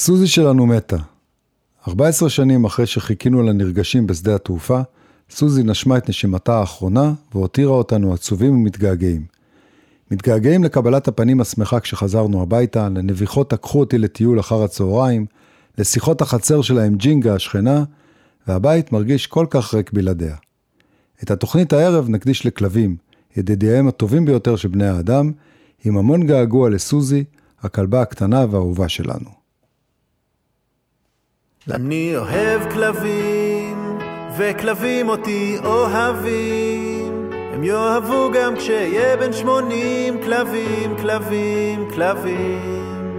סוזי שלנו מתה. 14 שנים אחרי שחיכינו לנרגשים בשדה התעופה, סוזי נשמה את נשימתה האחרונה והותירה אותנו עצובים ומתגעגעים. מתגעגעים לקבלת הפנים השמחה כשחזרנו הביתה, לנביחות תקחו אותי לטיול אחר הצהריים, לשיחות החצר שלה עם ג'ינגה השכנה, והבית מרגיש כל כך ריק בלעדיה. את התוכנית הערב נקדיש לכלבים, ידידיהם הטובים ביותר של בני האדם, עם המון געגוע לסוזי, הכלבה הקטנה והאהובה שלנו. אני אוהב כלבים, וכלבים אותי אוהבים. הם יאהבו גם כשיהיה בן 80. כלבים, כלבים, כלבים,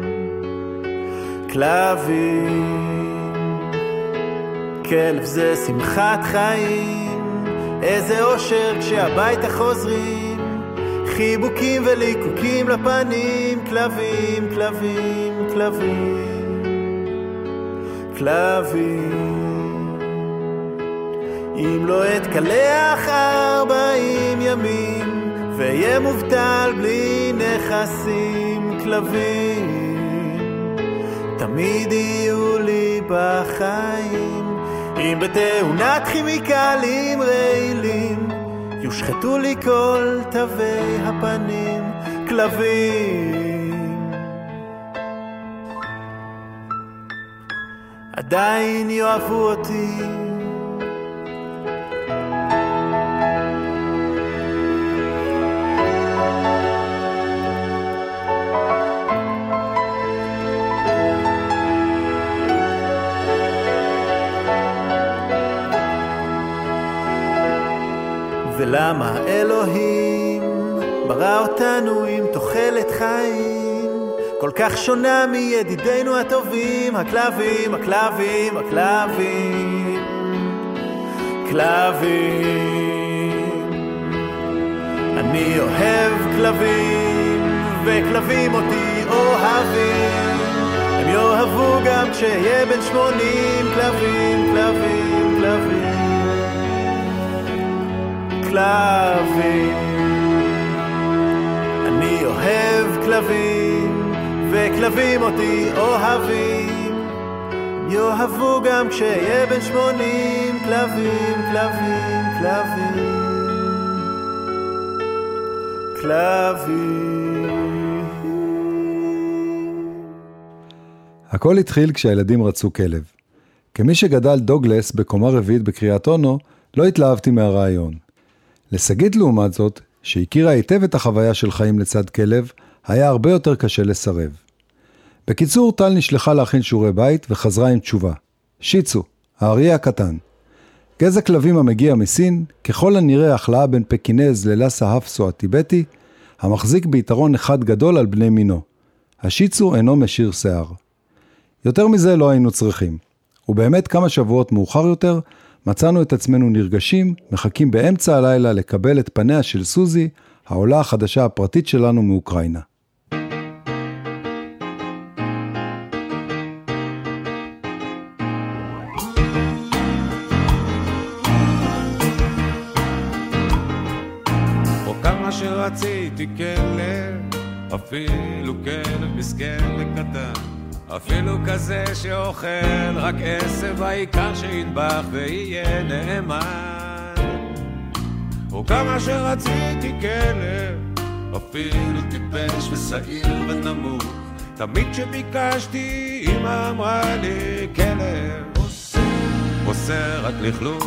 כלבים. כלב זה שמחת חיים, איזה אושר כשהביתה חוזרים. חיבוקים וליקוקים לפנים. כלבים, כלבים, כלבים, כלבים. אם לא אתקלח 40 ימים ויהיה מובטל בלי נכסים. כלבים תמיד יהיו לי בחיים. אם בתאונת כימיקלים רעילים יושחתו לי כל תווי הפנים. כלבים עדיין יאהבו אותי. ולמה אלוהים ברא אותנו עם תוחלת חיים כל כך שונה מידידינו הטובים. הכלבים, הכלבים, הכלבים, כלבים. אני אוהב כלבים, וכלבים אותי אוהבים. הם יאהבו גם כשיהיה בן 80. כלבים, כלבים, כלבים, כלבים. אני אוהב כלבים, וכלבים אותי אוהבים. יאהבו גם כשיהיה בן 80. כלבים, כלבים, כלבים, כלבים. הכל התחיל כשהילדים רצו כלב. כמי שגדל דוגלס בקומה רביעית בקריית אונו, לא התלהבתי מהרעיון. לסגית לעומת זאת, שהכירה היטב את החוויה של חיים לצד כלב, היה הרבה יותר קשה לסרב. בקיצור, טל נשלחה להכין שיעורי בית וחזרה עם תשובה. שיצו, האריה הקטן. גזע כלבים המגיע מסין, ככל הנראה החלאה בין פקינז ללאסה הפסו הטיבטי, המחזיק ביתרון אחד גדול על בני מינו. השיצו אינו משיר שיער. יותר מזה לא היינו צריכים. ובאמת כמה שבועות מאוחר יותר, מצאנו את עצמנו נרגשים, מחכים באמצע הלילה לקבל את פניה של סוזי, העולה החדשה הפרטית שלנו מאוקראינה. או כמה שרציתי כלב, אפילו כלב מסכן וקטן, אפילו כזה שאוכל רק עשב, העיקר שינבח ויהיה נאמן. או כמה שרציתי כלב, אפילו טיפש וסעיר ונמוך, תמיד שביקשתי אמא אמרה לי כלב עושה רק לכלוך.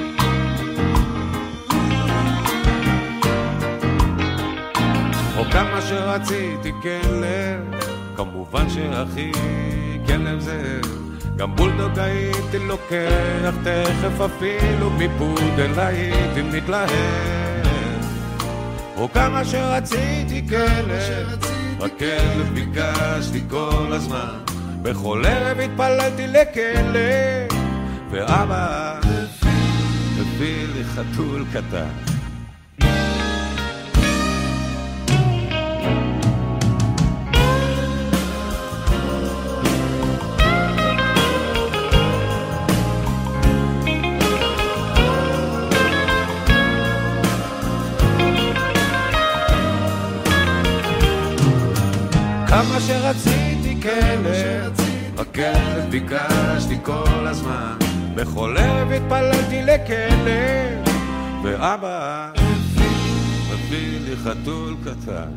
או כמה שרציתי כלב, כמובן שהכי כלב זה גם בולדוג הייתי לוקח תכף, אפילו מפודל הייתי מתלהב. או כמה שרציתי כלב, רק כלב ביקשתי כל הזמן, בכל ערב התפללתי לכלב, ואבא הביא לי חתול קטן. כמה שרציתי כלב, רק הכלב ביקשתי כל הזמן, בכל ערב התפללתי לכלב, ואבא מביא לי חתול קטן.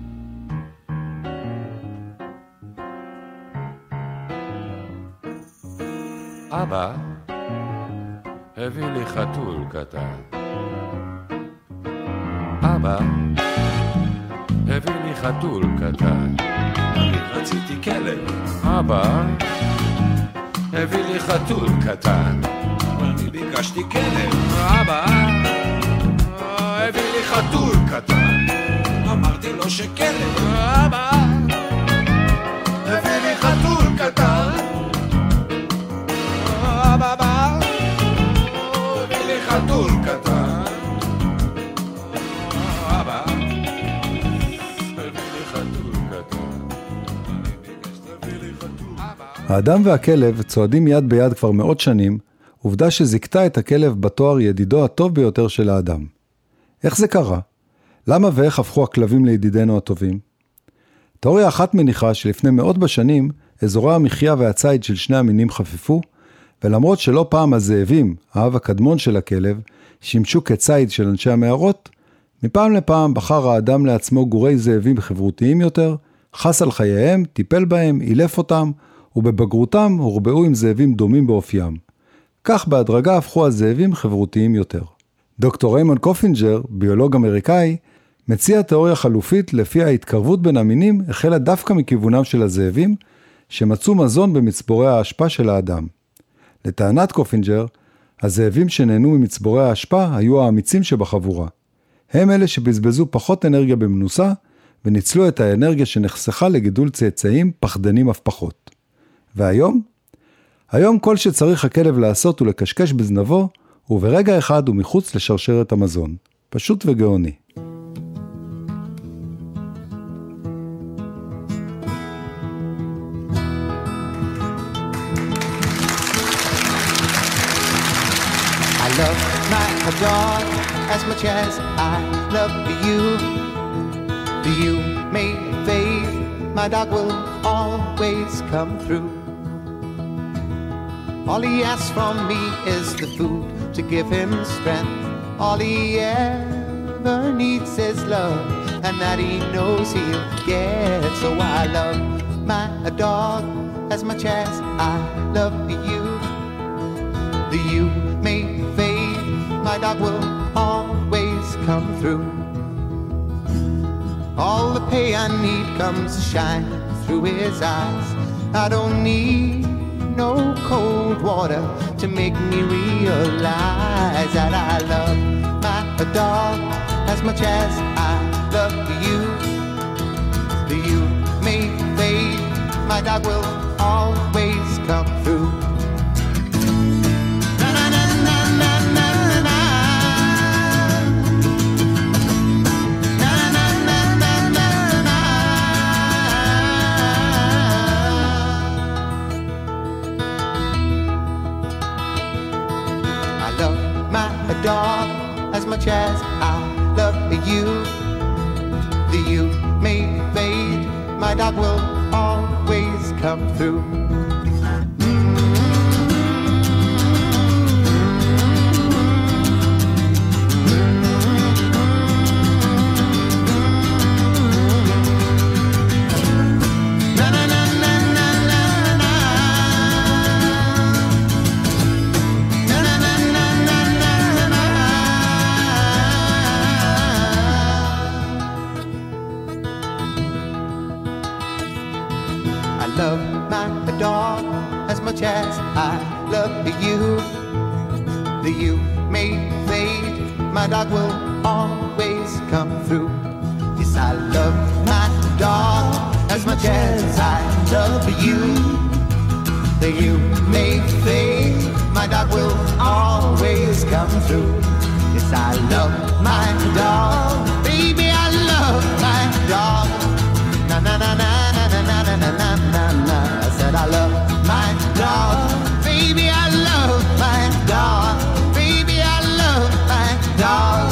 אבא הביא לי חתול קטן. אבא הביא לי חתול קטן. אני רציתי כלב. אבא הביא לי חתול קטן. אני ביקשתי כלב. אבא הביא לי חתול קטן. אמרתי לו שכלב. אבא הביא לי חתול קטן. אבא הביא לי חתול קטן. אבא הביא לי חתול קטן. אני ביקש להביא לי חתול. האדם והכלב צועדים יד ביד כבר מאות שנים, עובדה שזיקתה את הכלב בתואר ידידו הטוב ביותר של האדם. איך זה קרה? למה ואיך הפכו הכלבים לידידינו הטובים? תיאוריה אחת מניחה שלפני מאות בשנים, אזורי המחיה והציד של שני המינים חפפו, ולמרות שלא פעם הזאבים, האב הקדמון של הכלב, שימשו כציד של אנשי המערות, מפעם לפעם בחר האדם לעצמו גורי זאבים חברותיים יותר, חס על חייהם, טיפל בהם, אילף אותם, ובבגרותם הורבעו עם זאבים דומים באופיים. כך בהדרגה הפכו הזאבים חברותיים יותר. דוקטור ריימונד קופינג'ר, ביולוג אמריקאי, מציע תיאוריה חלופית לפי ההתקרבות בין המינים החלה דווקא מכיוונם של הזאבים, שמצאו מזון במצבורי האשפה של האדם. לטענת קופינג'ר, הזאבים שנהנו ממצבורי האשפה היו האמיצים שבחבורה. הם אלה שבזבזו פחות אנרגיה במנוסה, וניצלו את האנרגיה שנחסכה לגידול צאצאים פחדנים אף פחות. והיום? היום כל שצריך הכלב לעשות הוא לקשקש בזנבו, וברגע אחד הוא מחוץ לשרשרת המזון. פשוט וגאוני. I love my dog as much as I love you. You may fade, my dog will always come through. All he asks from me is the food to give him strength. All he ever needs is love, and that he knows he'll get. So I love my dog as much as I love you. You may fade, my dog will always come through. All the pay I need comes shining through his eyes. I don't need no cold water to make me realize that I love my dog as much as I love you. You may fade, my dog will always come through. Dog as much as I love you. You may fade, my dog will always come through. As I love you, you may fade, my dog will always come through. Yes, I love my dog as much as I love you. You may fade, my dog will always come through. Yes, I love my dog, baby, I love my dog. Na na na na na na na na na na na. I said I love my dog, baby, I love my dog, baby, I love my dog.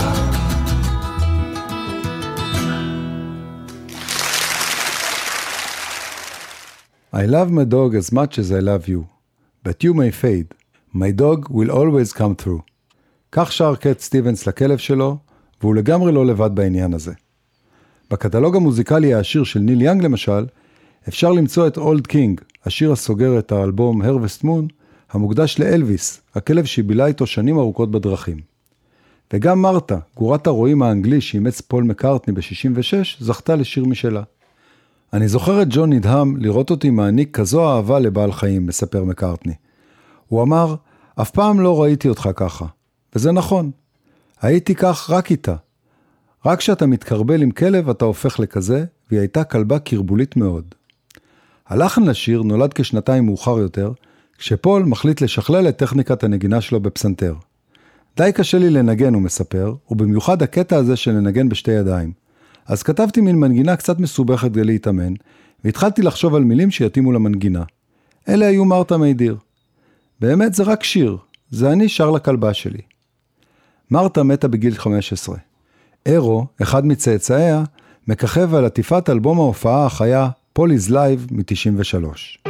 I love my dog as much as I love you, but you may fade. My dog will always come through. כך שר קט סטיבנס לכלב שלו, והוא לגמרי לא לבד בעניין הזה. בקטלוג המוזיקלי העשיר של ניל יאנג למשל, אפשר למצוא את Old King, השיר הסוגר את האלבום Harvest Moon, המוקדש לאלוויס, הכלב שבילה איתו שנים ארוכות בדרכים. וגם מרתה, גורת הרועים האנגלי שאימץ פול מקארטני ב-66, זכתה לשיר משלה. אני זוכר את ג'ון נדהם לראות אותי מעניק כזו אהבה לבעל חיים, מספר מקארטני. הוא אמר, אף פעם לא ראיתי אותך ככה. וזה נכון. הייתי כך רק איתה. רק כשאתה מתקרבל עם כלב אתה הופך לכזה, והיא הייתה כלבה קרבולית מאוד. הלחן לשיר נולד כשנתיים מאוחר יותר, כשפול מחליט לשכלל את טכניקת הנגינה שלו בפסנתר. די קשה לי לנגן, הוא מספר, ובמיוחד הקטע הזה של לנגן בשתי ידיים. אז כתבתי מין מנגינה קצת מסובכת כדי להתאמן, והתחלתי לחשוב על מילים שיתאימו למנגינה. אלה היו מרתה מידיר. באמת זה רק שיר, זה אני שר לכלבה שלי. מרתה מתה בגיל 15. אירו, אחד מצאצאיה, מככב על עטיפת אלבום ההופעה החיה Paul is Live מ-93.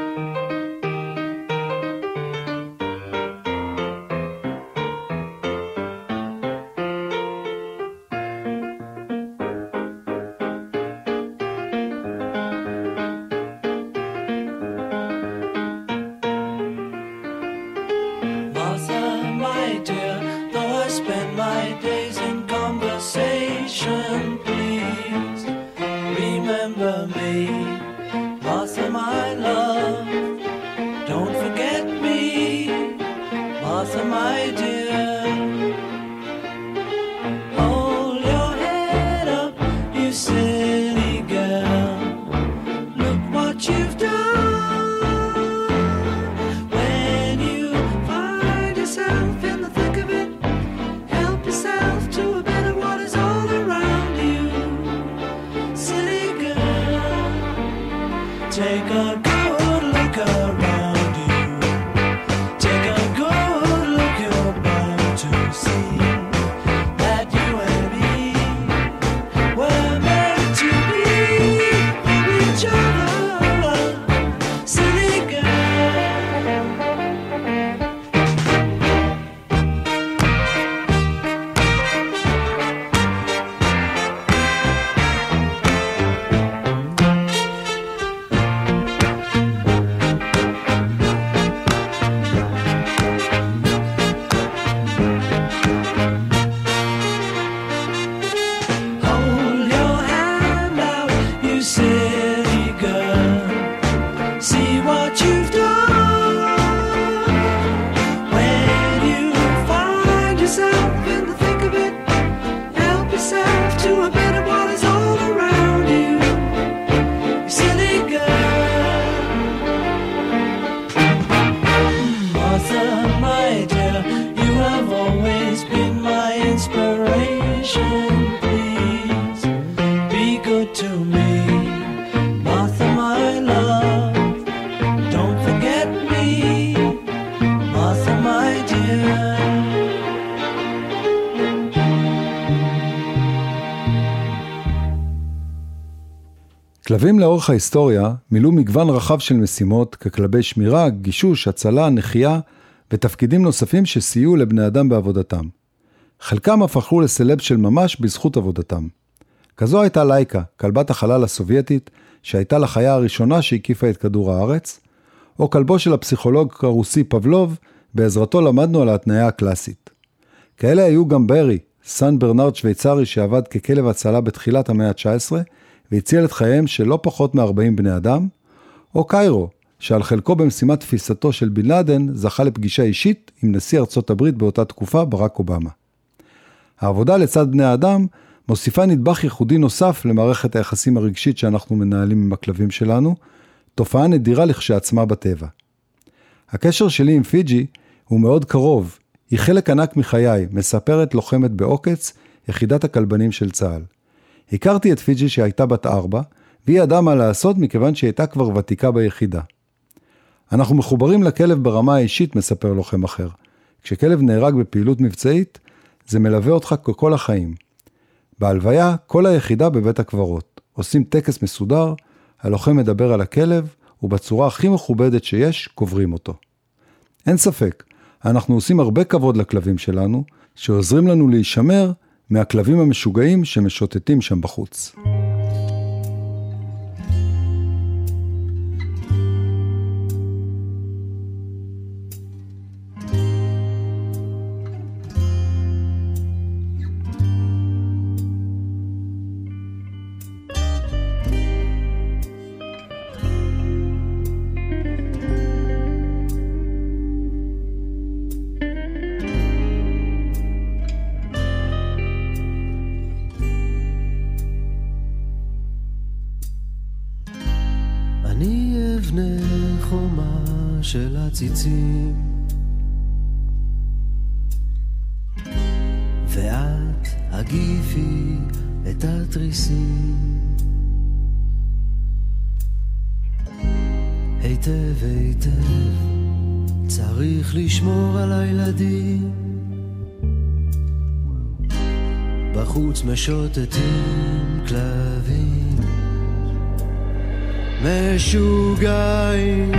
כלבים לאורך ההיסטוריה מילאו מגוון רחב של משימות ככלבי שמירה, גישוש, הצלה, נחייה ותפקידים נוספים שסייעו לבני אדם בעבודתם. חלקם הפכו לסלב של ממש בזכות עבודתם. כזו הייתה לייקה, כלבת החלל הסובייטית, שהייתה לחיה הראשונה שהקיפה את כדור הארץ, או כלבו של הפסיכולוג הרוסי פבלוב, בעזרתו למדנו על ההתניה הקלאסית. כאלה היו גם ברי, סן ברנרד שוויצרי שעבד ככלב הצלה בתחילת המאה ה-19, והציל את חייהם של לא פחות מ-40 בני אדם, או קיירו, שעל חלקו במשימת תפיסתו של בן לאדן, זכה לפגישה אישית עם נשיא ארצות הברית באותה תקופה, ברק אובמה. העבודה לצד בני האדם מוסיפה נדבך ייחודי נוסף למערכת היחסים הרגשית שאנחנו מנהלים עם הכלבים שלנו, תופעה נדירה לכשעצמה בטבע. הקשר שלי עם פיג'י הוא מאוד קרוב, היא חלק ענק מחיי, מספרת לוחמת בעוקץ, יחידת הכלבנים של צה"ל. הכרתי את פיג'י שהייתה בת 4, והיא ידעה מה לעשות מכיוון שהיא הייתה כבר ותיקה ביחידה. אנחנו מחוברים לכלב ברמה האישית, מספר לוחם אחר. כשכלב נהרג בפעילות מבצעית, זה מלווה אותך כל החיים. בהלוויה, כל היחידה בבית הקברות. עושים טקס מסודר, הלוחם מדבר על הכלב, ובצורה הכי מכובדת שיש, קוברים אותו. אין ספק, אנחנו עושים הרבה כבוד לכלבים שלנו, שעוזרים לנו להישמר מהכלבים המשוגעים שמשוטטים שם בחוץ. חומה של הציצים, ואת הגיפי את התריסים, היטב היטב צריך לשמור על הילדים, בחוץ משוטטים כלבים משוגעים.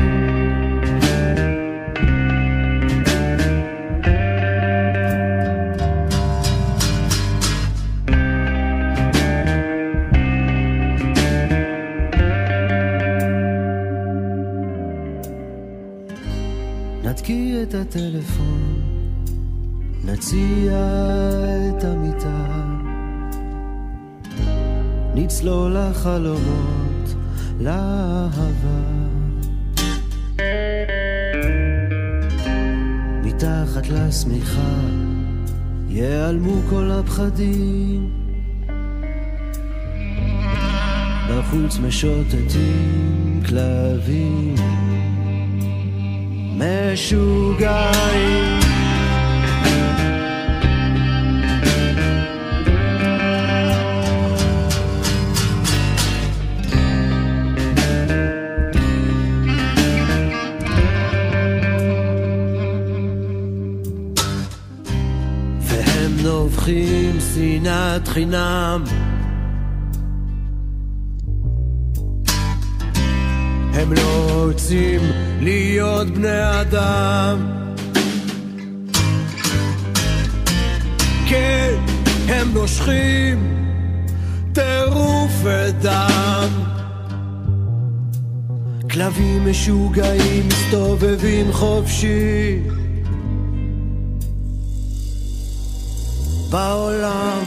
נתקי את הטלפון, נציע את המיטה, נצלול לחלומות, לאהבה, מתחת לשמיכה ייעלמו כל הפחדים, בחוץ משוטטים כלבים משוגעים. והם נובחים שנאת חינם, הם לא רוצים להיות בני אדם, כן, הם נושכים טירוף ודם. כלבים משוגעים מסתובבים חופשי בעולם.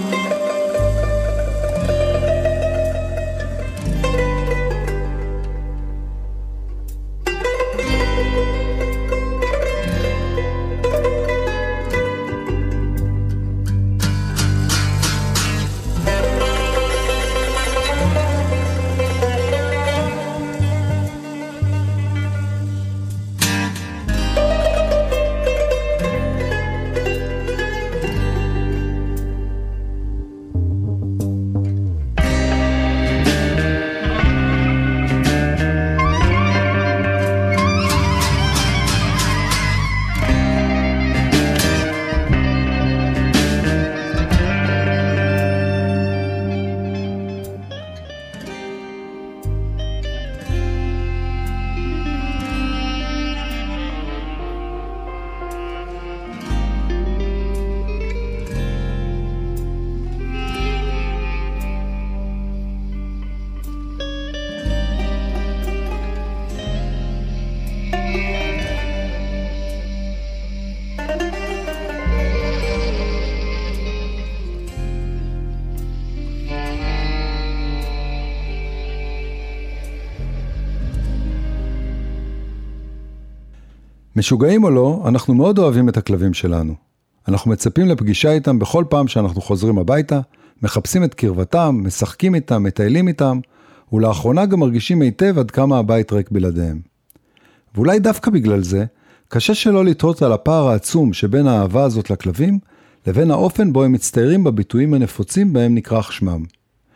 משוגעים או לא, אנחנו מאוד אוהבים את הכלבים שלנו. אנחנו מצפים לפגישה איתם בכל פעם שאנחנו חוזרים הביתה, מחפשים את קרבתם, משחקים איתם, מטיילים איתם, ולאחרונה גם מרגישים היטב עד כמה הבית ריק בלעדיהם. ואולי דווקא בגלל זה, קשה שלא לתהות על הפער העצום שבין האהבה הזאת לכלבים, לבין האופן בו הם מצטיירים בביטויים הנפוצים בהם נקרח שמם.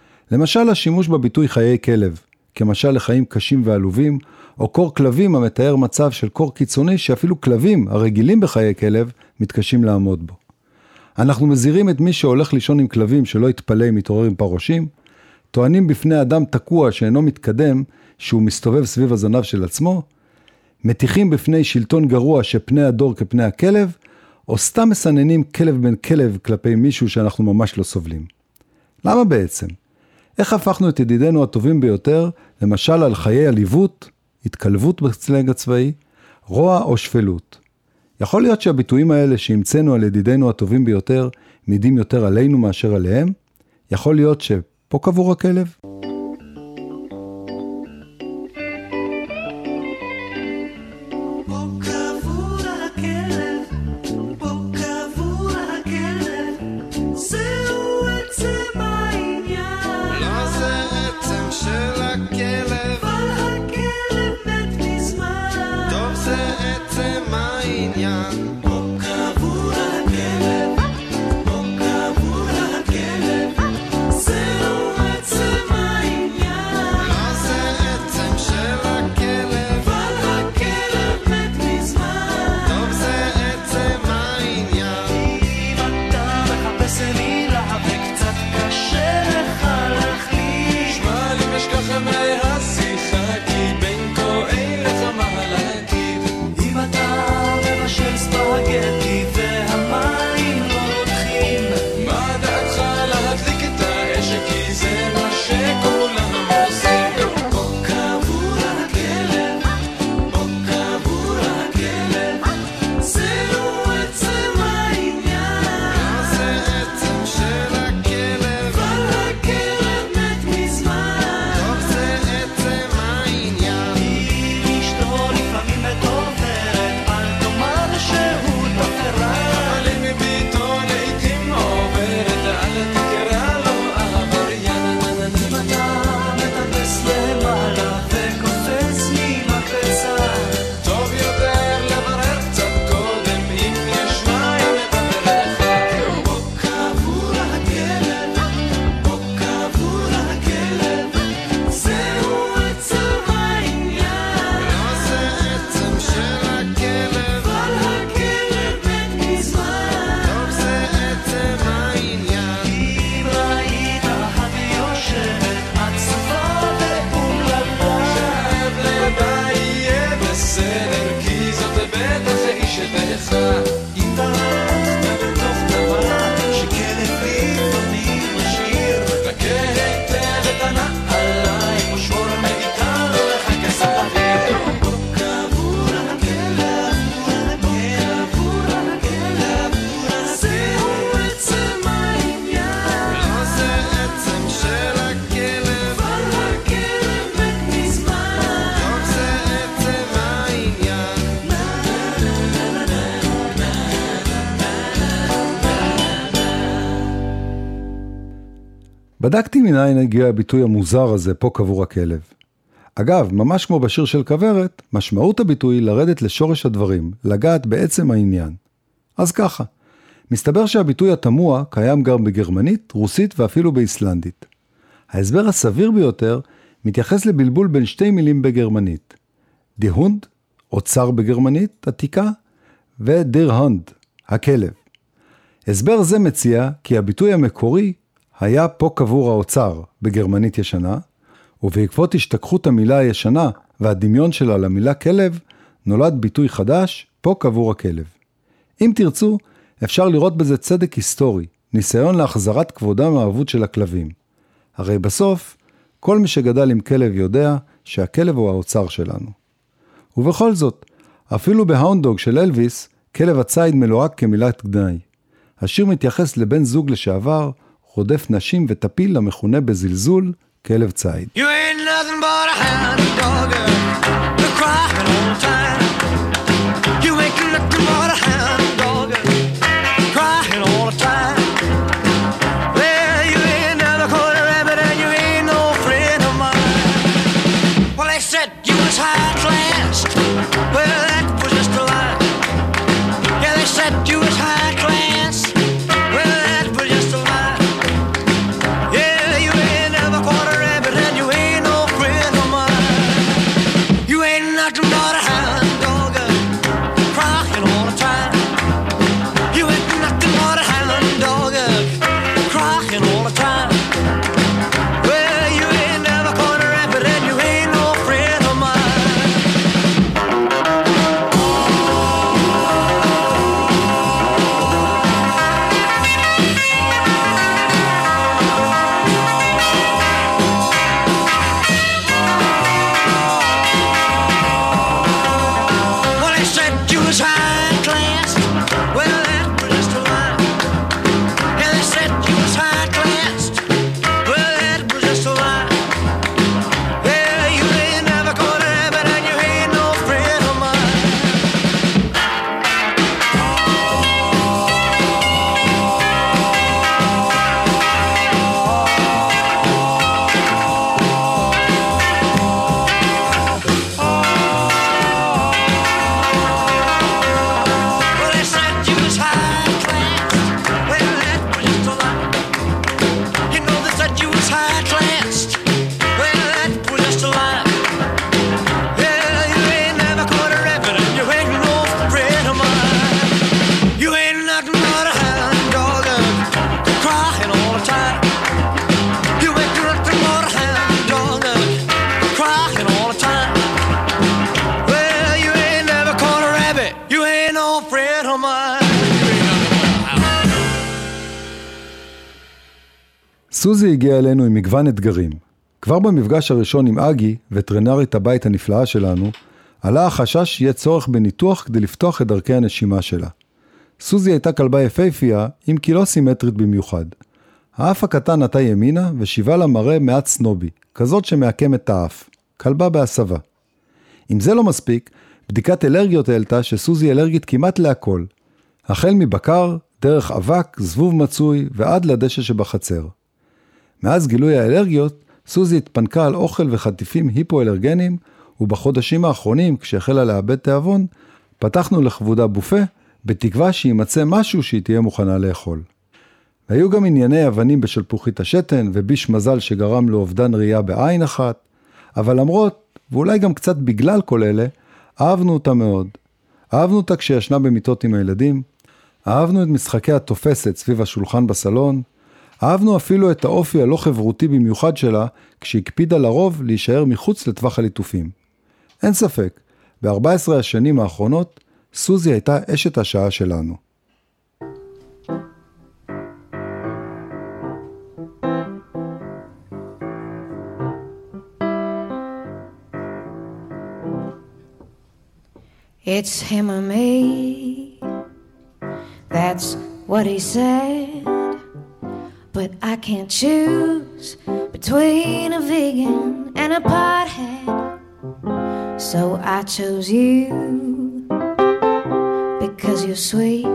למשל השימוש בביטוי חיי כלב, כמשל לחיים קשים ועלובים, או קור כלבים המתאר מצב של קור קיצוני שאפילו כלבים הרגילים בחיי כלב מתקשים לעמוד בו. אנחנו מזהירים את מי שהולך לישון עם כלבים שלא יתפלא אם יתעורר עם פרושים, טוענים בפני אדם תקוע שאינו מתקדם, שהוא מסתובב סביב הזנב של עצמו, מתיחים בפני שלטון גרוע שפני הדור כפני הכלב, או סתם מסננים כלב בן כלב כלפי מישהו שאנחנו ממש לא סובלים. למה בעצם? איך הפכנו את ידידינו הטובים ביותר, למשל על חיי עליבות, התקלבות בסלנג הצבאי, רוע או שפלות? יכול להיות שהביטויים האלה שהמצאנו על ידידינו הטובים ביותר, מידים יותר עלינו מאשר עליהם? יכול להיות שפה קבור הכלב? בדקתי מניין הגיע הביטוי המוזר הזה, פה קבור הכלב. אגב, ממש כמו בשיר של כברת, משמעות הביטוי לרדת לשורש הדברים, לגעת בעצם העניין. אז ככה, מסתבר שהביטוי התמוה קיים גם בגרמנית, רוסית ואפילו באיסלנדית. ההסבר הסביר ביותר מתייחס לבלבול בין שתי מילים בגרמנית. די הונד, אוצר בגרמנית, עתיקה, ודיר הונד, הכלב. הסבר זה מציע כי הביטוי המקורי היה פה קבור האוצר בגרמנית ישנה, ובעקבות השתכחות המילה הישנה והדמיון שלה למילה כלב, נולד ביטוי חדש, פה קבור הכלב. אם תרצו, אפשר לראות בזה צדק היסטורי, ניסיון להחזרת כבודם האבוד של הכלבים. הרי בסוף, כל מי שגדל עם כלב יודע שהכלב הוא האוצר שלנו. ובכל זאת, אפילו בהאונדוג של אלוויס, כלב הציד מלוהק כמילת גנאי. השיר מתייחס לבן זוג לשעבר, רודף נשים וטפיל המכונה בזלזול כלב ציד. You ain't nothing but a hound dog, you're crying all the time. You ain't nothing but a hound dog, crying all the time. Well, you ain't never caught a rabbit and you ain't no friend of mine. Well, they said you was high class. Well, that was just a lie. Yeah, they said you was high class. Well, that was just a lie. Yeah, you ain't never caught a rabbit and you ain't no friend of mine. You ain't nothing but a hound dog, crying all the time. סוזי הגיעה אלינו עם מגוון אתגרים. כבר במפגש הראשון עם אגי, וטרינרית הבית הנפלאה שלנו, עלה החשש שיהיה צורך בניתוח כדי לפתוח את דרכי הנשימה שלה. סוזי הייתה כלבה יפהפייה, אם כי לא סימטרית במיוחד. האף הקטן נטה ימינה ושיבה לה מראה מעט סנובי, כזאת שמעקם את האף, כלבה בהסבה. אם זה לא מספיק, בדיקת אלרגיות העלתה שסוזי אלרגית כמעט להכל, החל מבקר, דרך אבק, זבוב מצוי ועד לדשא שבחצר. מאז גילוי האלרגיות, סוזי התפנקה על אוכל וחטיפים היפואלרגנים, ובחודשים האחרונים, כשהחלה לאבד תיאבון, פתחנו לכבודה בופה, בתקווה שימצא משהו שהיא תהיה מוכנה לאכול. והיו גם ענייני אבנים בשלפוחית השתן, וביש מזל שגרם לאובדן ראייה בעין אחת, אבל למרות, ואולי גם קצת בגלל כל אלה, אהבנו אותה מאוד. אהבנו אותה כשישנה במיטות עם הילדים, אהבנו את משחקי התופסת סביב השולחן בסלון, אהבנו אפילו את האופי הלא חברותי במיוחד שלה, כשהקפידה לרוב להישאר מחוץ לטווח הליטופים. אין ספק, ב-14 השנים האחרונות, סוזי הייתה אשת השעה שלנו. It's him or me, that's what he said, but I can't choose between a vegan and a pothead, so I chose you, because you're sweet,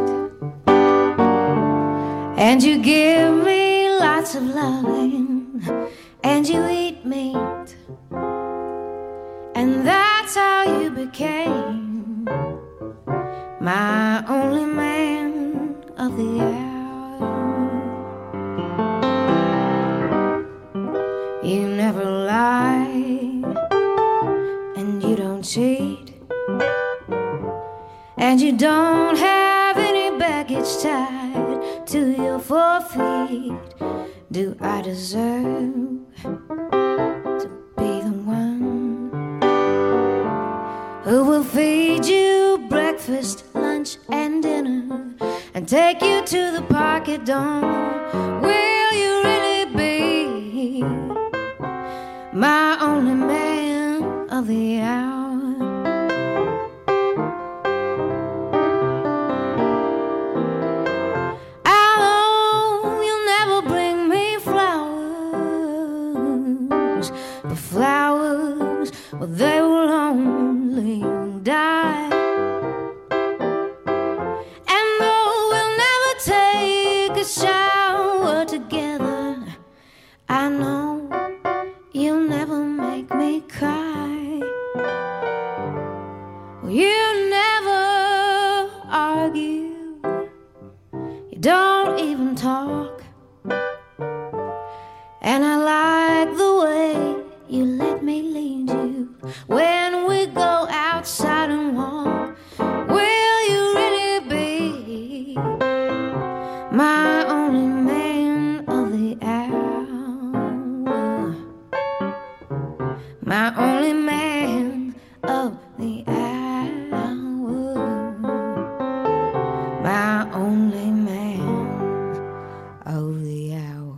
and you give me lots of loving, and you eat meat, and that's how you became my only man of the hour. You never lie, and you don't cheat, and you don't have any baggage tied to your 4 feet. Do I deserve to be the one who will feed you breakfast, lunch, and dinner, and take you to the park at dawn? Will you really be my only man of the hour? Oh, you'll never bring me flowers, but flowers, well, they will only die. And though we'll never take a shower together, I know you'll never make me cry. You never argue, you don't even talk, and I like the way you let me lead you when we go outside and walk. Will you really be my only man of the hour? My only man of the hour. My only man of the hour.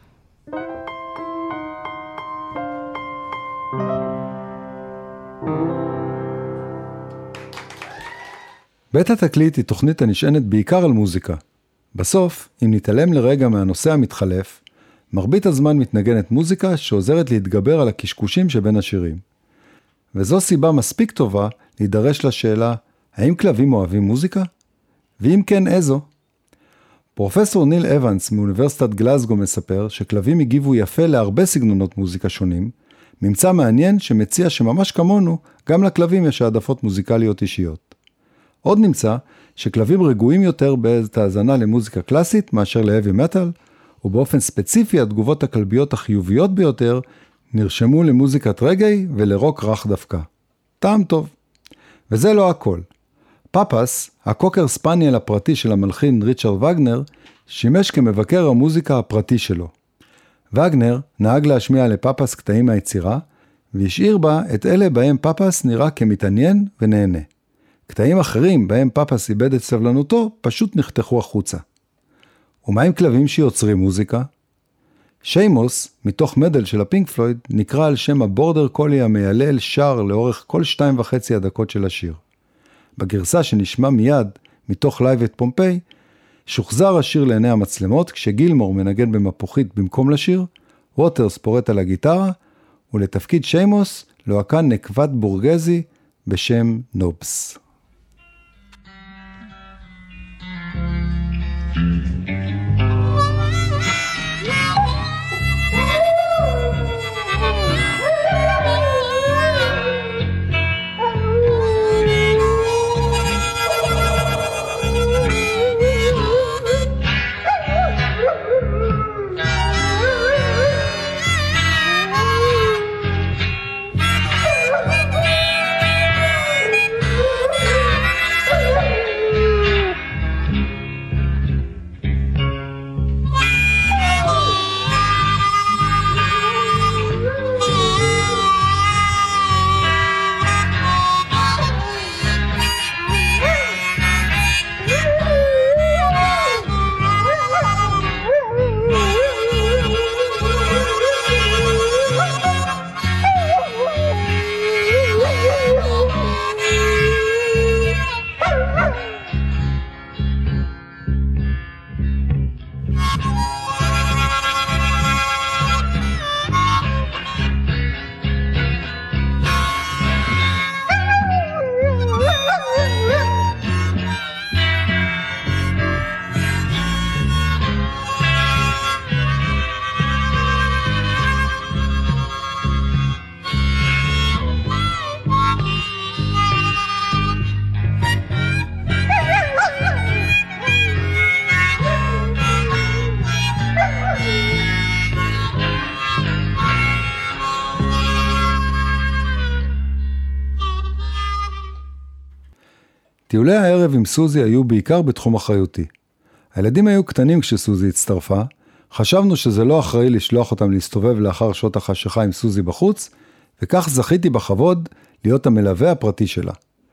בית התקליט היא תוכנית הנשענת בעיקר על מוזיקה. בסוף, אם נתעלם לרגע מהנושא המתחלף, מרבית הזמן מתנגנת מוזיקה שעוזרת להתגבר על הקשקושים שבין השירים. וזו סיבה מספיק טובה להידרש לשאלה, האם כלבים אוהבים מוזיקה? ואם כן, איזו? פרופסור ניל אבנס מאוניברסיטת גלזגו מספר שכלבים הגיבו יפה להרבה סגנונות מוזיקה שונים, ממצא מעניין שמציע שממש כמונו, גם לכלבים יש העדפות מוזיקליות אישיות. עוד נמצא שכלבים רגועים יותר בעת האזנה למוזיקה קלאסית מאשר להאבי מטל, ובאופן ספציפי התגובות הכלביות החיוביות ביותר נרשמו למוזיקת רגעי ולרוק רך דווקא. טעם טוב. וזה לא הכל. פאפס, הקוקר ספניאל הפרטי של המלחין ריצ'רד וגנר, שימש כמבקר המוזיקה הפרטי שלו. וגנר נהג להשמיע לפאפס קטעים מהיצירה, והשאיר בה את אלה בהם פאפס נראה כמתעניין ונהנה. קטעים אחרים בהם פאפס איבד את סבלנותו פשוט נחתכו החוצה. ומה עם כלבים שיוצרים מוזיקה? שיימוס, מתוך מדל של הפינק פלויד, נקרא על שם הבורדר קולי המיילל שר לאורך כל 2.5 הדקות של השיר. בגרסה שנשמע מיד, מתוך לייב את פומפיי, שוחזר השיר לעיני המצלמות, כשגילמור מנגן במפוחית במקום לשיר, ווטרס פורט על הגיטרה, ולתפקיד שיימוס, לוהקן נקבת בורגזי בשם נובס. טיולי הערב עם סוזי היו בעיקר בתחום אחריותי. הילדים היו קטנים כשסוזי הצטרפה, חשבנו שזה לא אחראי לשלוח אותם להסתובב לאחר שעות החשיכה עם סוזי בחוץ, וכך זכיתי בכבוד להיות המלווה הפרטי שלה.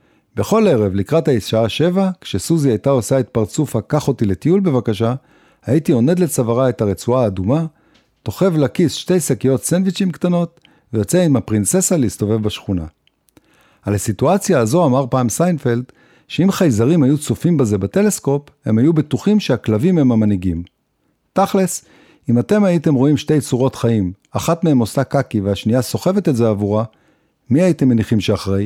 בכל ערב, לקראת השעה 7, כשסוזי הייתה עושה את פרצופה, קח אותי לטיול בבקשה, הייתי עונד לצווארה את הרצועה האדומה, תוחב לכיס 2 שקיות סנדוויצ'ים קטנות, ויוצא עם הפרינססה להסתובב בשכונה. על הסיטואציה הזו אמר פעם סיינפלד, שאם חייזרים היו צופים בזה בטלסקופ, הם היו בטוחים שהכלבים הם המנהיגים. תכלס, אם אתם הייתם רואים 2 צורות חיים, אחת מהם עושה קקי והשנייה סוחבת את זה עבורה, מי הייתם מניחים שאחראי?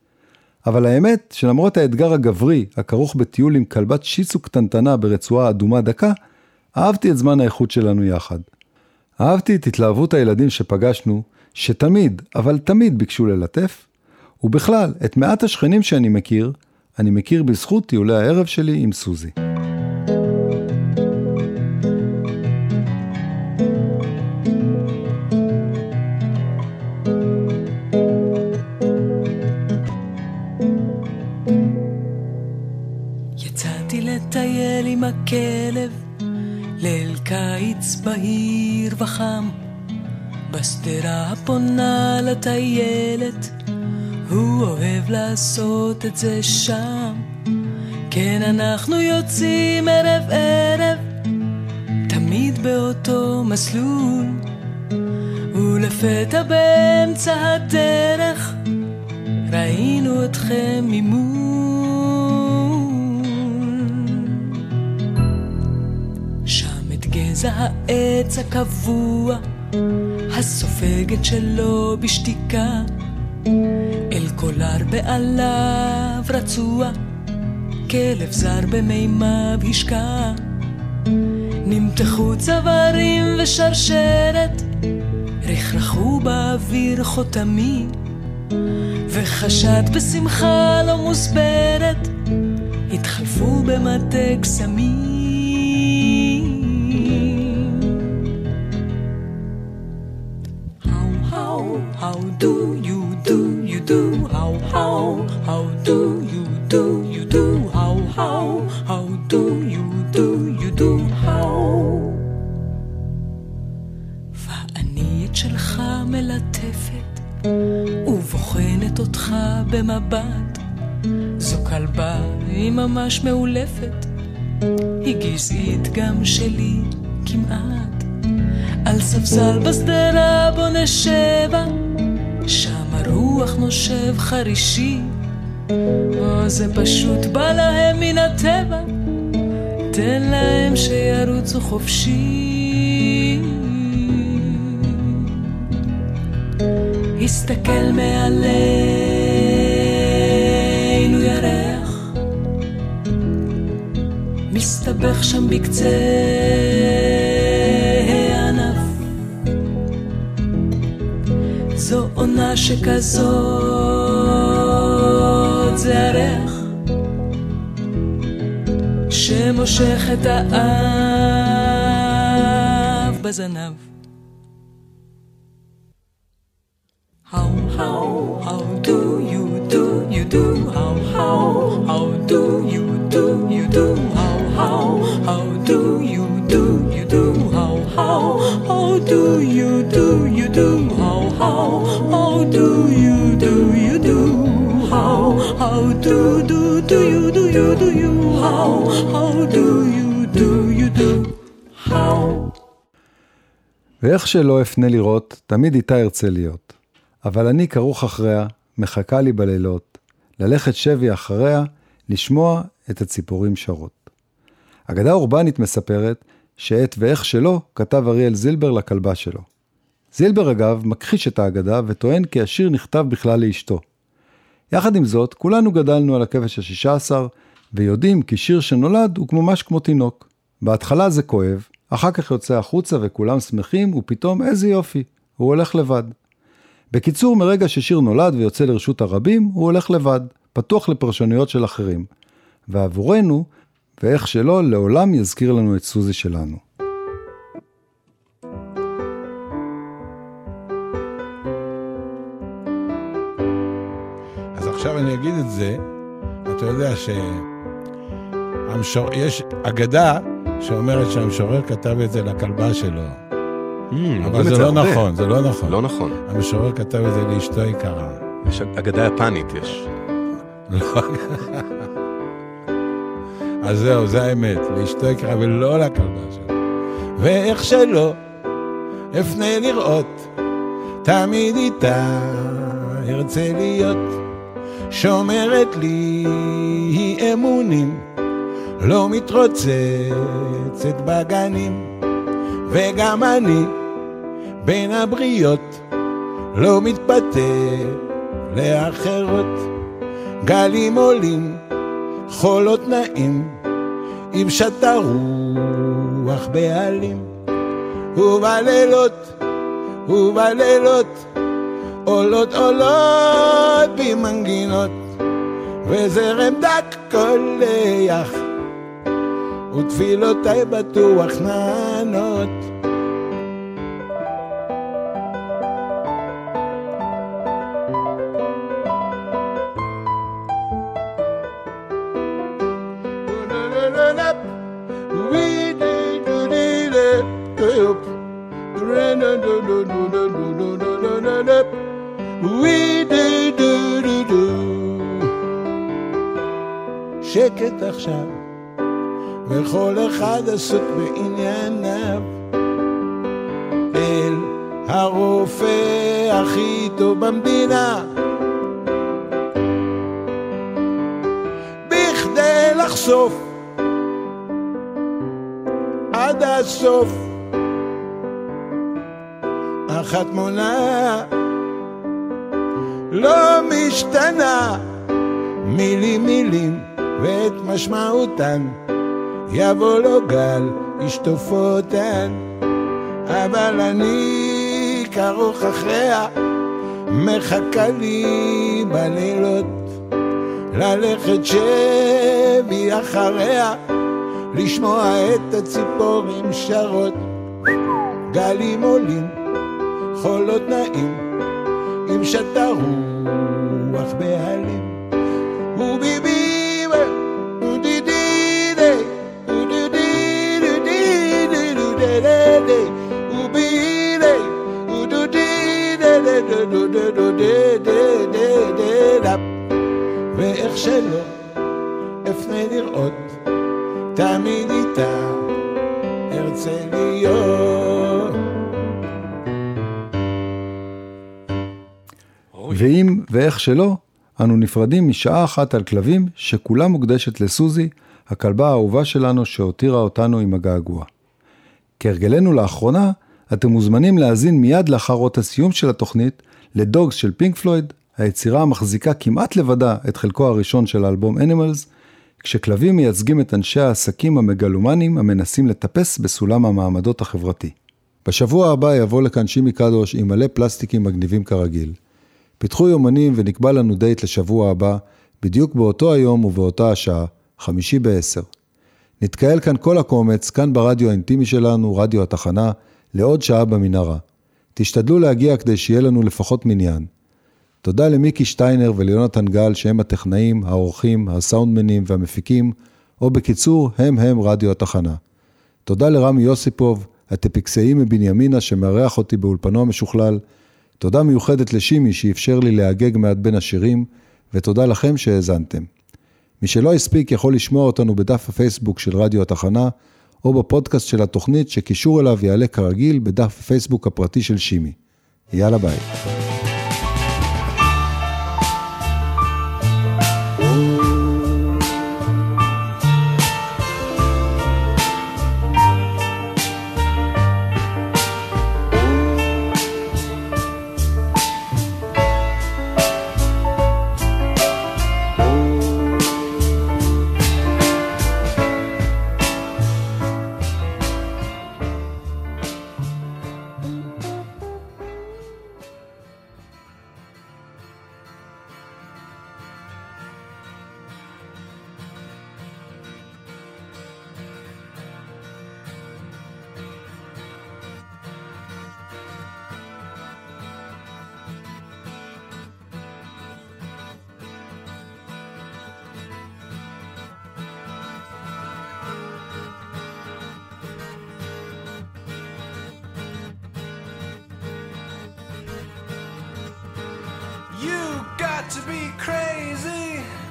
אבל האמת שלמרות האתגר הגברי, הכרוך בטיול עם כלבת שיצו קטנטנה ברצועה אדומה דקה, אהבתי את זמן האיכות שלנו יחד. אהבתי את התלהבות הילדים שפגשנו, שתמיד, אבל תמיד ביקשו ללטף, ובכלל, את מעט השכנים שאני מכיר בזכות טיולי הערב שלי עם סוזי. יצאתי לטייל עם הכלב, ליל קיץ בהיר וחם, בסדרה הפונה לטיילת, הוא אוהב לעשות את זה שם. כן, אנחנו יוצאים ערב ערב, תמיד באותו מסלול, ולפתע באמצע הדרך ראינו אתכם ממול. שם את גזע העץ הקבוע, הסופגת שלו בשתיקה, אל קולר בעליו רצוע, כלב זר במימיו השקע. נמתחו צווארים ושרשרת, רחרחו באוויר חותמים, וחשד בשמחה לא מוסברת, התחלפו במטה קסמים. How do you do you do how do you do you do how do you do you do how. ואני את שלך מלטפת ובוחנת אותך במבט, זו כלבה היא ממש מעולפת, היא גזעית גם שלי כמעט. על על ספסל בשדרה בו נשבה, שם הרוח נושב חרישי, זה פשוט בא להם מן הטבע, תן להם שירוצו חופשי. הסתכל מעלינו ירח, מסתבך שם בקצה הענף, זו עונה שכזאת, זה הריח שמושך את האב בזנב. How do you do, you do, how do you do, you do, how do you do, you do, how do you do, you do, how do you do, you do, how do you do, you do, you, how do you do, you do, how. ואיך שלא אפנה לראות, תמיד איתה ארצה להיות. אבל אני כרוך אחריה, מחכה לי בלילות, ללכת שבי אחריה, לשמוע את הציפורים שרות. אגדה אורבנית מספרת שאת ואיך שלא כתב אריאל זילבר לכלבה שלו. זילבר אגב מכחיש את האגדה וטוען כי השיר נכתב בכלל לאשתו. יחד עם זאת, כולנו גדלנו על הכבש ה-16 ויודעים כי שיר שנולד הוא ממש כמו תינוק. בהתחלה זה כואב, אחר כך יוצא החוצה וכולם שמחים ופתאום איזה יופי, הוא הולך לבד. בקיצור, מרגע ששיר נולד ויוצא לרשות הרבים, הוא הולך לבד, פתוח לפרשנויות של אחרים. ועבורנו, ואיך שלא, לעולם יזכיר לנו את סוזי שלנו. אז עכשיו אני אגיד את זה, אתה יודע יש אגדה שאומרת שהמשורר כתב את זה לכלבה שלו. אבל זה לא נכון, זה לא נכון. לא נכון. המשורר כתב את זה לאשתו יקרה. יש אגדה יפנית, יש. לא. אז זהו, זה האמת. לאשתו יקרה ולא לכלבה שלו. ואיך שלא, אפנה לראות, תמיד איתה ארצה להיות. שומרת לי אמונים, לא מתרוצצת בגנים. וגם אני בין הבריות לא מתפתה לאחרות. גלים עולים, חולות נעים, עם שתה רוח בעלים. ובלילות עולות במנגינות, וזרם דק קולח, ותפילותיי בטוח נענות. שקט עכשיו, וכל אחד עסוק בענייניו. אל הרופא הכי טוב במדינה, בכדי לחשוף עד הסוף אך התמונה לא משתנה. מילים ואת משמעותן יבוא לו גל ישטוף אותן, אבל אני כרוך אחריה, מחכה לי בלילות ללכת שבי אחריה, לשמוע את הציפורים שרות. גלים עולים, חולות נעים, עם שתה רוח בעלים. וביבי ואיך שלא אפנה לראות, תמיד איתה ארצה להיות. ואם ואיך שלא, אנו נפרדים משעה אחת על כלבים שכולה מוקדשת לסוזי, הכלבה האהובה שלנו שהותירה אותנו עם הגעגוע. כהרגלנו לאחרונה, אתם מוזמנים להאזין מיד לאחר אות הסיום של התוכנית לדוגס של פינק פלויד, היצירה המחזיקה כמעט לבדה את חלקו הראשון של האלבום אנימלס, כשכלבים מייצגים את אנשי העסקים המגלומנים המנסים לטפס בסולם המעמדות החברתי. בשבוע הבא יבוא לכאן שימי קדוש עם מלא פלסטיקים מגניבים כרגיל. פיתחו יומנים ונקבע לנו דייט לשבוע הבא, בדיוק באותו היום ובאותה השעה, 5:50. נתקהל כאן כל הקומץ, כאן ברדיו האינטימי שלנו, רדיו התחנה, לעוד שעה במנהרה. תשתדלו להגיע כדי שיהיה לנו לפחות מניין. תודה למיקי שטיינר וליונתן גל שהם הטכנאים, האורחים, הסאונדמנים והמפיקים, או בקיצור, הם רדיו התחנה. תודה לרמי יוסיפוב, הטפיקסאי מבנימינה שמארח אותי באולפנו המשוכלל. תודה מיוחדת לשימי שאפשר לי להגג מעט בין השירים, ותודה לכם שהאזנתם. מי שלא הספיק יכול לשמוע אותנו בדף הפייסבוק של רדיו התחנה, או בפודקאסט של התוכנית שקישור אליו יעלה כרגיל בדף הפייסבוק הפרטי של שימי. יאללה ביי. To be crazy,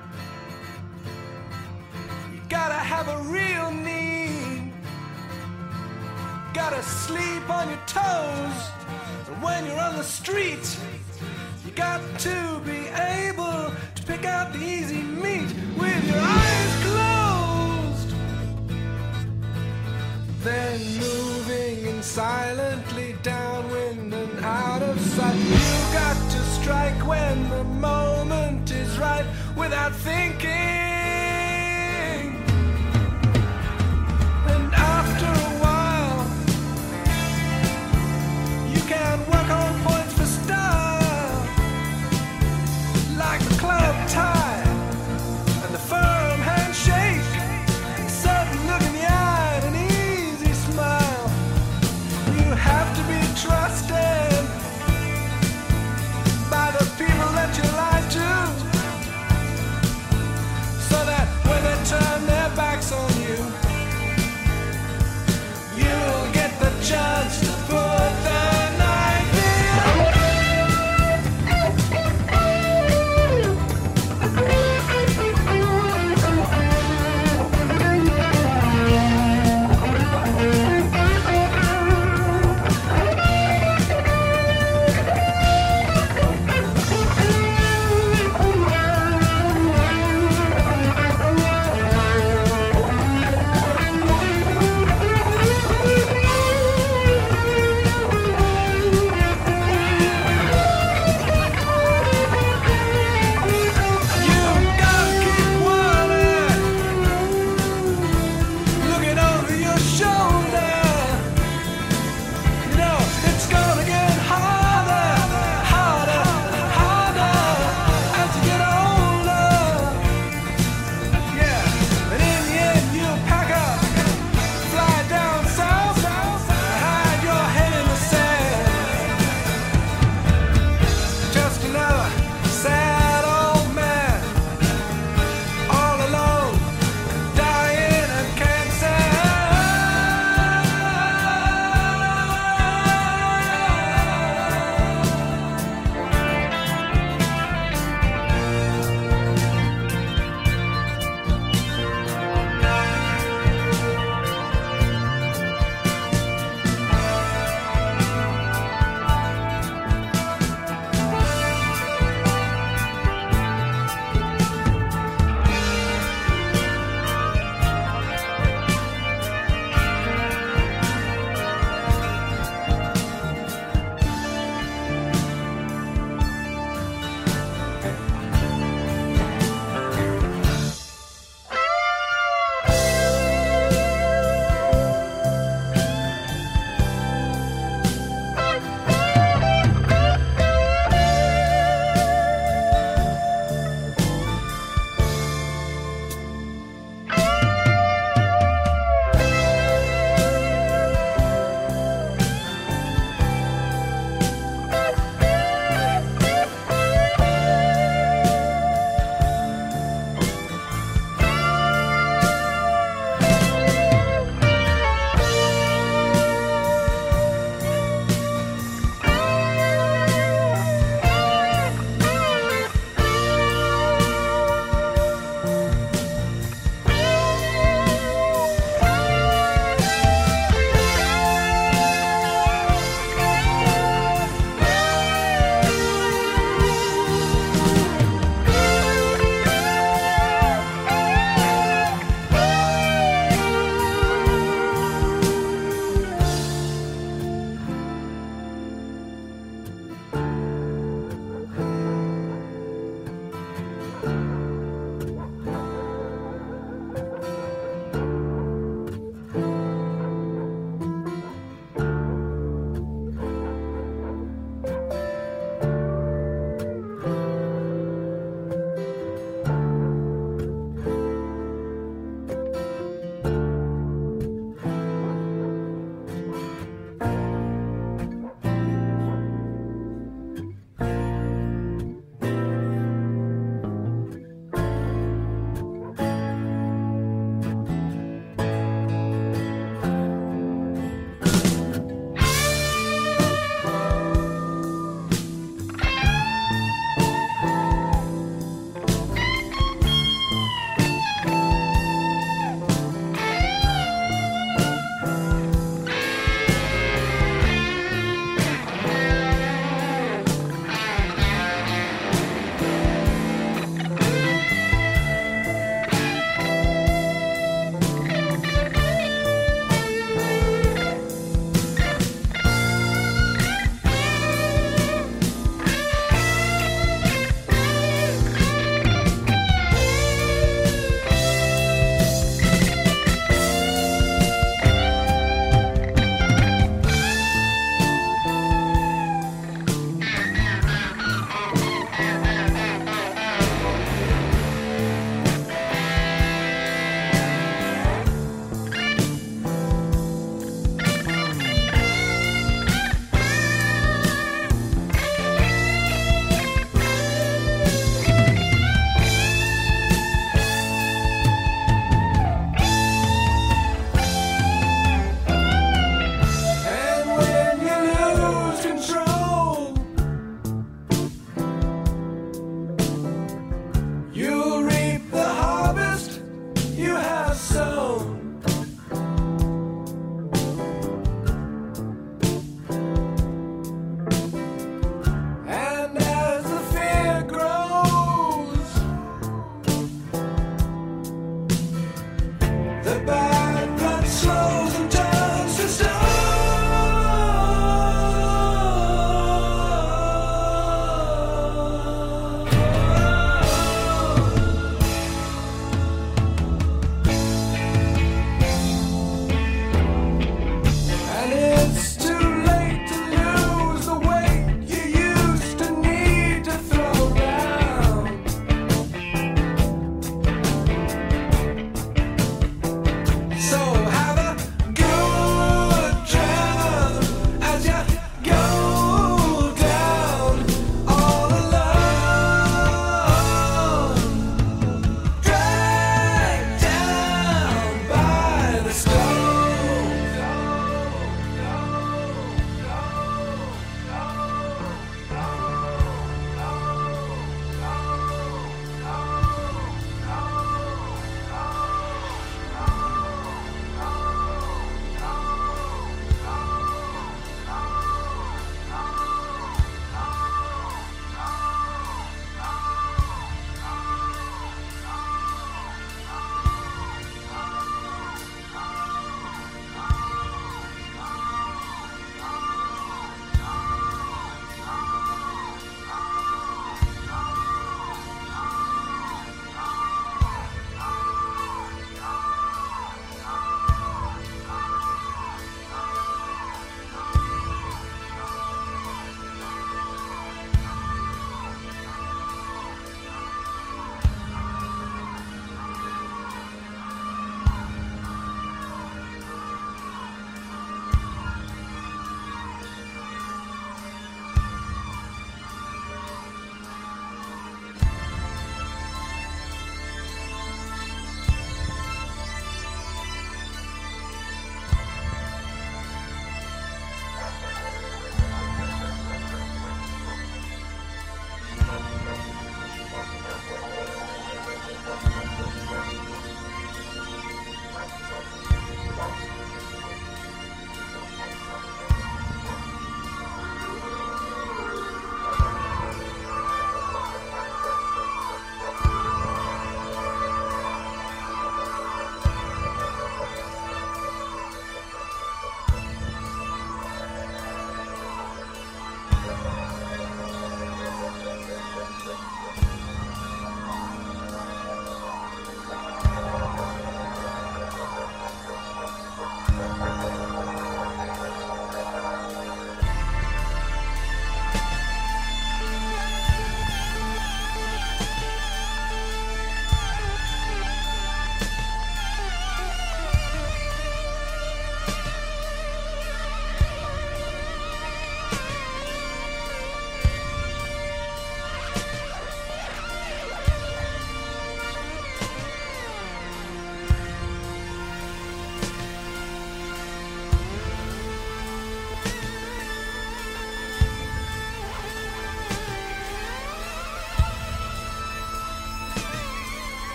you gotta have a real need, gotta sleep on your toes, and when you're on the street, you got to be able to pick out the easy meat with your eyes closed, then moving in silently downwind and out of sight. You got to strike when the moment is right without thinking, and after a while you can work on points for style, like the club tie and the firm handshake, a sudden look in the eye and an easy smile. You have to be trusted by the people that you lie to.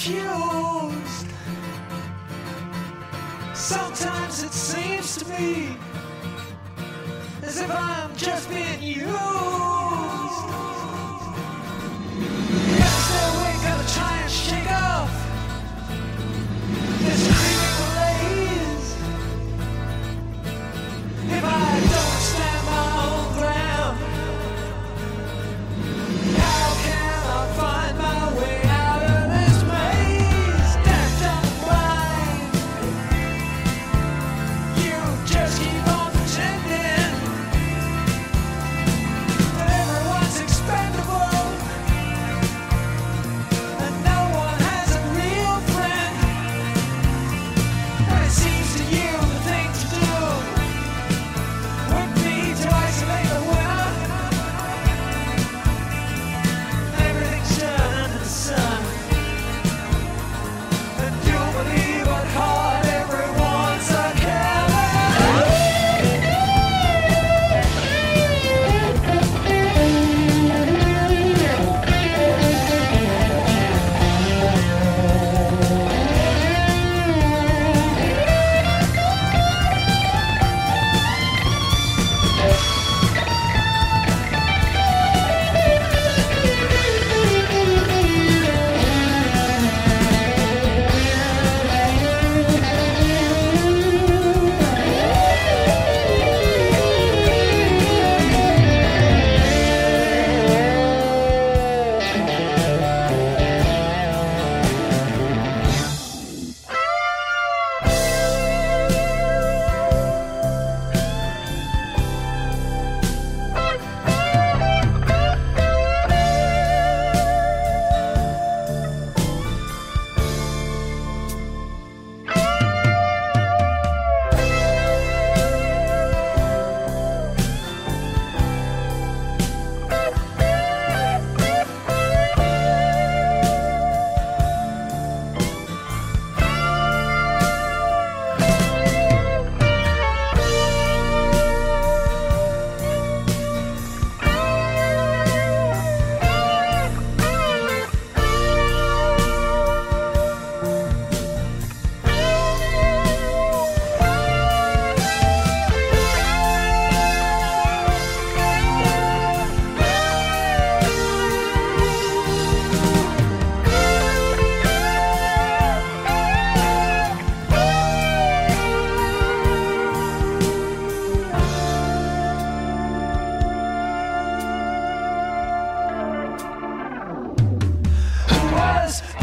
confused. Sometimes it seems to me as if I'm just being used. Gotta stay awake, gotta try and shake off this creeping malaise. If I don't stand my own ground, how can I find my way out of this maze? Death don't mind. You just keep on pretending that everyone's expendable and no one has a real friend. And it seems to you the thing to do would be to isolate the winner. Everything's turned under the sun, and you'll believe at heart everyone's a killer. Was